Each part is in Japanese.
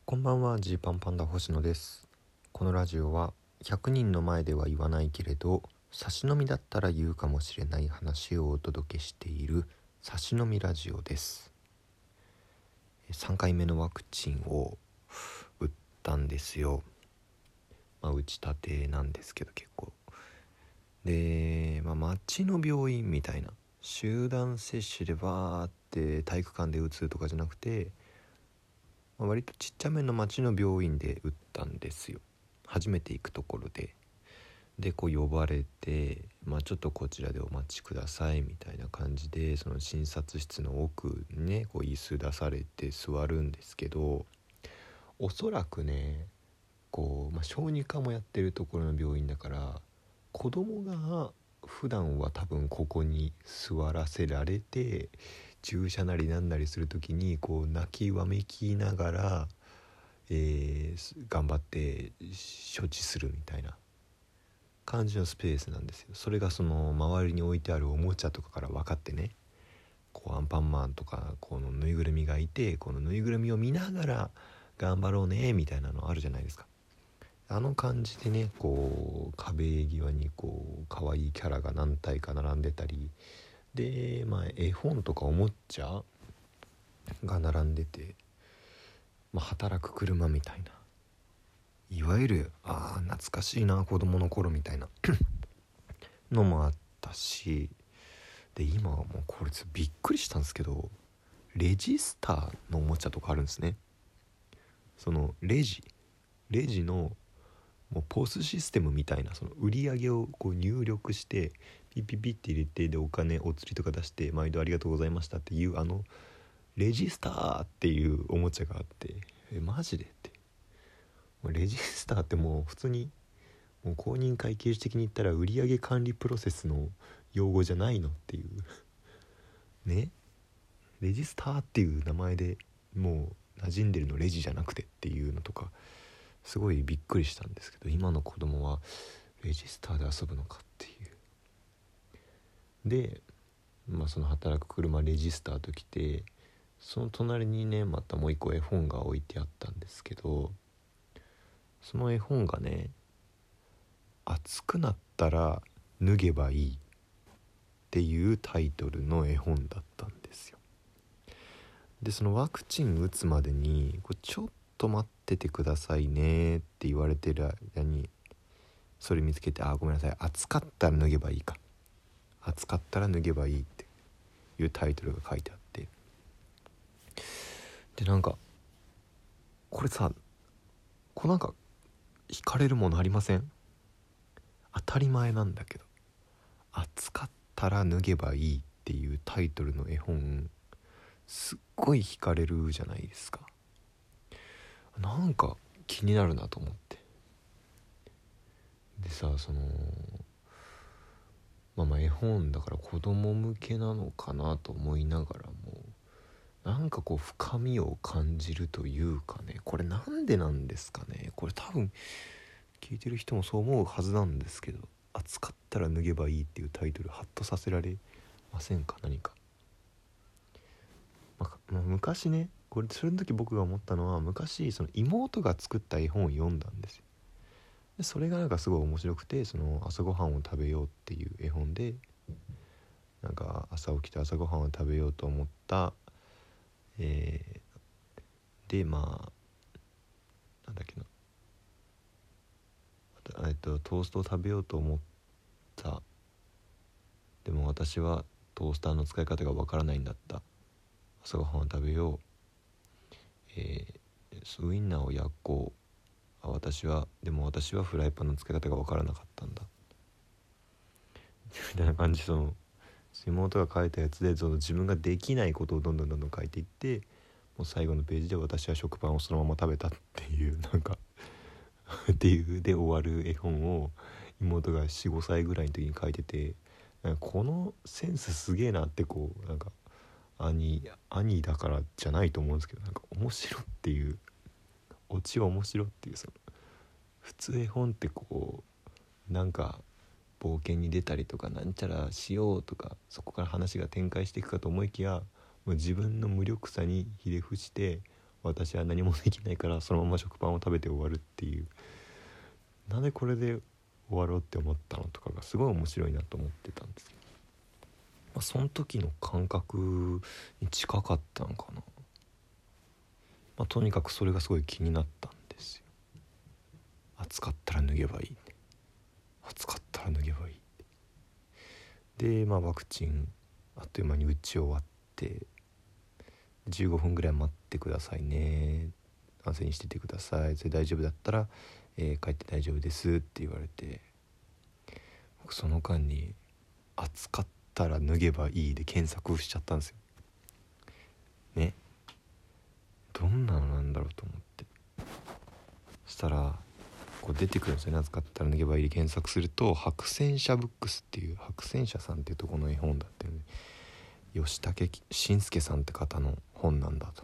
こんばんは、ジーパンパンダ星野です。このラジオは100人の前では言わないけれど差し飲みだったら言うかもしれない話をお届けしている差し飲みラジオです。3回目のワクチンを打ったんですよ。打ちたてなんですけど結構で、町の病院みたいな集団接種でバーって体育館で打つとかじゃなくて、割とちっちゃめの町の病院で打ったんですよ。初めて行くところでこう呼ばれて、ちょっとこちらでお待ちくださいみたいな感じで、その診察室の奥にねこう椅子出されて座るんですけど、おそらくねこう、小児科もやってるところの病院だから、子供が普段は多分ここに座らせられて注射なりなんなりする時にこう泣きわめきながら、頑張って処置するみたいな感じのスペースなんですよ。それがその周りに置いてあるおもちゃとかから分かってね、こうアンパンマンとかこのぬいぐるみがいて、このぬいぐるみを見ながら頑張ろうねみたいなのあるじゃないですか。あの感じでね、こう壁際にこう可愛いキャラが何体か並んでたりで、絵本とかおもちゃが並んでて、働く車みたいな、いわゆる懐かしいな子供の頃みたいなのもあったし、で今はもうこれびっくりしたんですけど、レジスターのおもちゃとかあるんですね。そのレジのもうポスシステムみたいな、その売り上げをこう入力してピッピッピッって入れて、でお釣りとか出して毎度ありがとうございましたっていう、レジスターっていうおもちゃがあって、マジでって、レジスターってもう普通にもう公認会計士的に言ったら売上管理プロセスの用語じゃないのっていうね。レジスターっていう名前でもう馴染んでるの、レジじゃなくてっていうのとかすごいびっくりしたんですけど、今の子供はレジスターで遊ぶのかっていう。でその働く車レジスターと来て、その隣にねまたもう一個絵本が置いてあったんですけど、その絵本がね、暑くなったら脱げばいいっていうタイトルの絵本だったんですよ。でそのワクチン打つまでにちょっと待っててくださいねって言われてる間にそれ見つけて、ごめんなさい、暑かったら脱げばいいか、暑かったら脱げばいいっていうタイトルが書いてあって、でこれさ、なんか惹かれるものありません？当たり前なんだけど、暑かったら脱げばいいっていうタイトルの絵本すっごい惹かれるじゃないですか。気になるなと思って、でさ、絵本だから子供向けなのかなと思いながらも、深みを感じるというかね、これなんでなんですかね。これ多分聞いてる人もそう思うはずなんですけど、暑かったら脱げばいいっていうタイトルハッとさせられませんか？何か、昔ね、それの時僕が思ったのは、昔その妹が作った絵本を読んだんですよ。でそれがすごい面白くて、その朝ごはんを食べようっていう絵本で、朝起きて朝ごはんを食べようと思った、でなんだっけな、トーストを食べようと思った、でも私はトースターの使い方がわからないんだった、朝ごはんを食べよう、ウインナーを焼こう、私はフライパンの使い方がわからなかったんだみたいな感じ、妹が書いたやつで、自分ができないことをどんどん書いていって、もう最後のページで私は食パンをそのまま食べたっていうっていうで終わる絵本を妹が4、5歳ぐらいの時に書いてて、このセンスすげえなって、兄だからじゃないと思うんですけど、面白っていう、オチは面白っていう、普通絵本って冒険に出たりとかなんちゃらしようとか、そこから話が展開していくかと思いきや、もう自分の無力さにひれ伏して私は何もできないからそのまま食パンを食べて終わるっていう、なんでこれで終わろうって思ったのとかがすごい面白いなと思ってたんですけど、その時の感覚に近かったのかな。とにかくそれがすごい気になったんですよ。暑かったら脱げばいい、暑かったら脱げばいいで、ワクチンあっという間に打ち終わって15分ぐらい待ってくださいね、安静にしててください、それ大丈夫だったら、帰って大丈夫ですって言われて、僕その間に暑かったら脱げばいいで検索しちゃったんですよね。どんなのなんだろうと思って、そしたらこう出てくるんですよね。暑かったら脱げばいいで検索すると白戦車ブックスっていう、白戦車さんっていうところの絵本だっていうので、吉武慎介さんって方の本なんだと。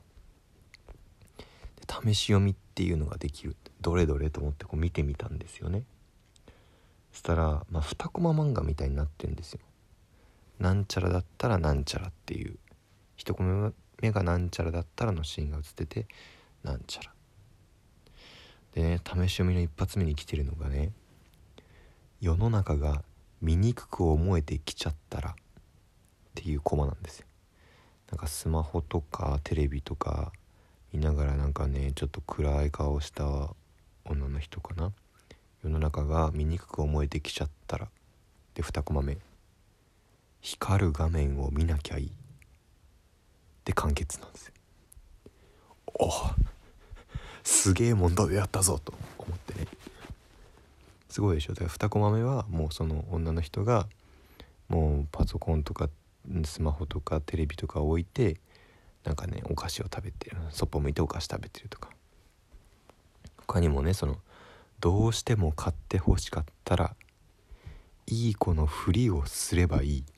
で試し読みっていうのができる、どれどれと思ってこう見てみたんですよね。そしたら2コマ漫画みたいになってるんですよ。なんちゃらだったらなんちゃらっていう、1コマ目がなんちゃらだったらのシーンが映ってて、なんちゃらでね、試し読みの一発目に来てるのがね、世の中が醜く思えてきちゃったらっていうコマなんですよ。なんかスマホとかテレビとか見ながらなんかね、ちょっと暗い顔した女の人かな、世の中が醜く思えてきちゃったらで2コマ目、光る画面を見なきゃいいで完結なんですよ。おすげえ問題やったぞと思ってね、すごいでしょ。だから2コマ目はもうその女の人がもうパソコンとかスマホとかテレビとか置いて、なんかねお菓子を食べてる、そっぽ向いてお菓子食べてるとか、他にもね、そのどうしても買って欲しかったらいい子のふりをすればいい、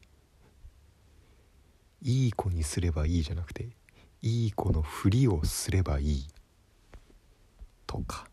いい子にすればいいじゃなくていい子のふりをすればいいとか、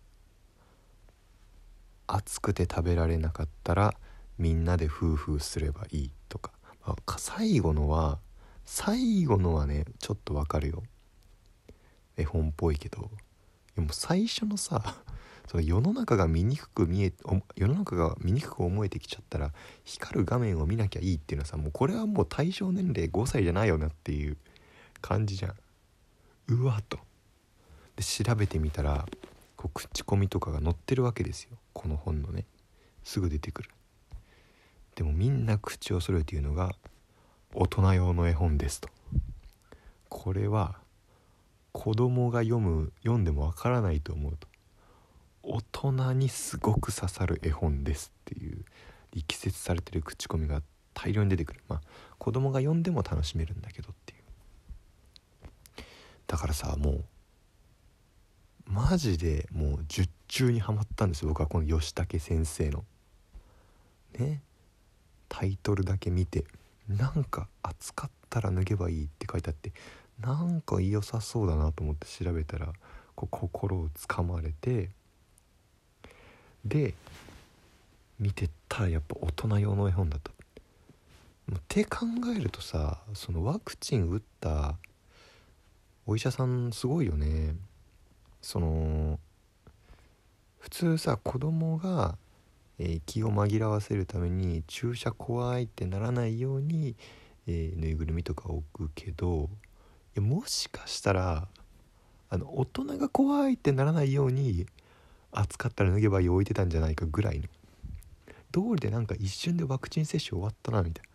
暑くて食べられなかったらみんなでフーフーすればいいとか、最後のはねちょっとわかるよ、絵本っぽいけど、でも最初のさ、その世の中が醜く思えてきちゃったら光る画面を見なきゃいいっていうのはさ、もうこれはもう対象年齢5歳じゃないよなっていう感じじゃん。うわとで調べてみたらこう口コミとかが載ってるわけですよ、この本のね、すぐ出てくる。でもみんな口を揃えて言うのが大人用の絵本ですと。これは子供が読んでもわからないと思うと、大人にすごく刺さる絵本ですっていう力説されてる口コミが大量に出てくる。子供が読んでも楽しめるんだけどっていう。だからさ、もうマジでもう術中にはまったんですよ、僕はこの吉武先生のねタイトルだけ見て、なんか暑かったら脱げばいいって書いてあって、なんか良さそうだなと思って調べたらこう心をつかまれて、で見てたらやっぱ大人用の絵本だった。って考えるとさ、そのワクチン打ったお医者さんすごいよね。その普通さ、子供が、気を紛らわせるために注射怖いってならないように、ぬいぐるみとか置くけど、もしかしたら大人が怖いってならないように暑かったら脱げばいい置いてたんじゃないかぐらいの、通りでなんか一瞬でワクチン接種終わったなみたい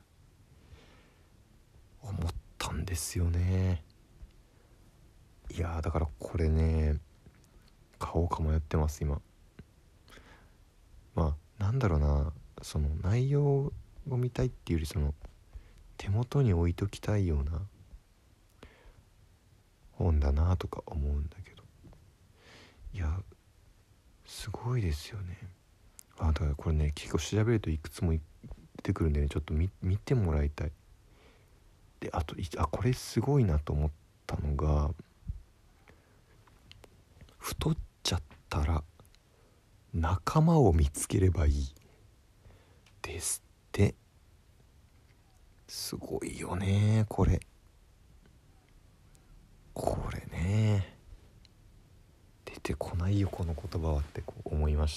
な思ったんですよね。いやだからこれね買おうか迷ってます今。なんだろうな、その内容を見たいっていうより、その手元に置いときたいような本だなとか思うんだけど、いやすごいですよね。だからこれね結構調べるといくつも出てくるんでね、ちょっと見てもらいたい。であとこれすごいなと思ったのが、太っちゃったら仲間を見つければいいですって。すごいよねこれね。 てこないよこの言葉はってこう思いました。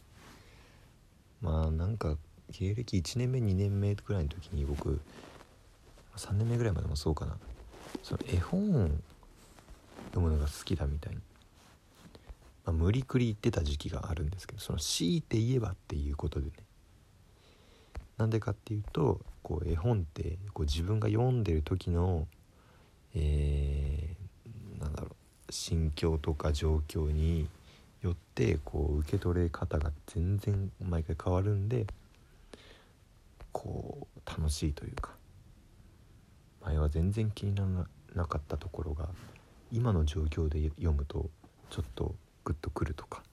まあなんか芸歴1年目2年目ぐらいの時に僕3年目ぐらいまでもそうかな、その絵本を読むのが好きだみたいに、無理くり言ってた時期があるんですけど、その強いて言えばっていうことでね、なんでかっていうとこう絵本ってこう自分が読んでる時のなんだろう、心境とか状況によってこう受け取れ方が全然毎回変わるんで、こう楽しいというか、前は全然気にならなかったところが今の状況で読むとちょっとグッとくるとか、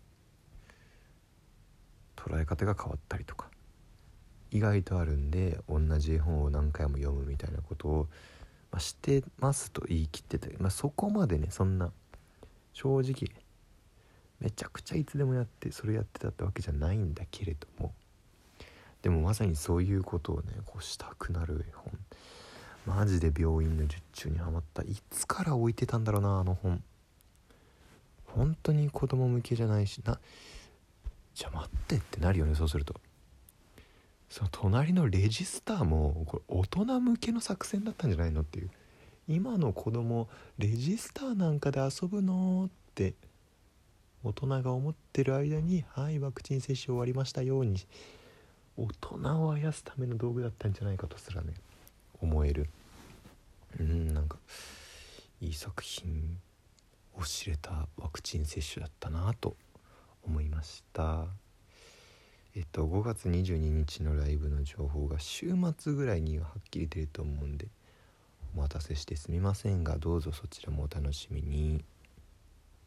捉え方が変わったりとか意外とあるんで、同じ絵本を何回も読むみたいなことを、してますと言い切ってて、そこまでね、そんな正直めちゃくちゃいつでもそれやってたってわけじゃないんだけれども、でもまさにそういうことをねこうしたくなる絵本、マジで病院の術中にはまった。いつから置いてたんだろうな、あの本。本当に子供向けじゃないしな。じゃあ待ってってなるよね。そうするとその隣のレジスターもこれ大人向けの作戦だったんじゃないのっていう、今の子供レジスターなんかで遊ぶのって大人が思ってる間に、はいワクチン接種終わりましたように、大人をあやすための道具だったんじゃないかとすらね思える。なんかいい作品を知れたワクチン接種だったなと思いました。5月22日のライブの情報が週末ぐらいにははっきり出ると思うんで、お待たせしてすみませんが、どうぞそちらもお楽しみに。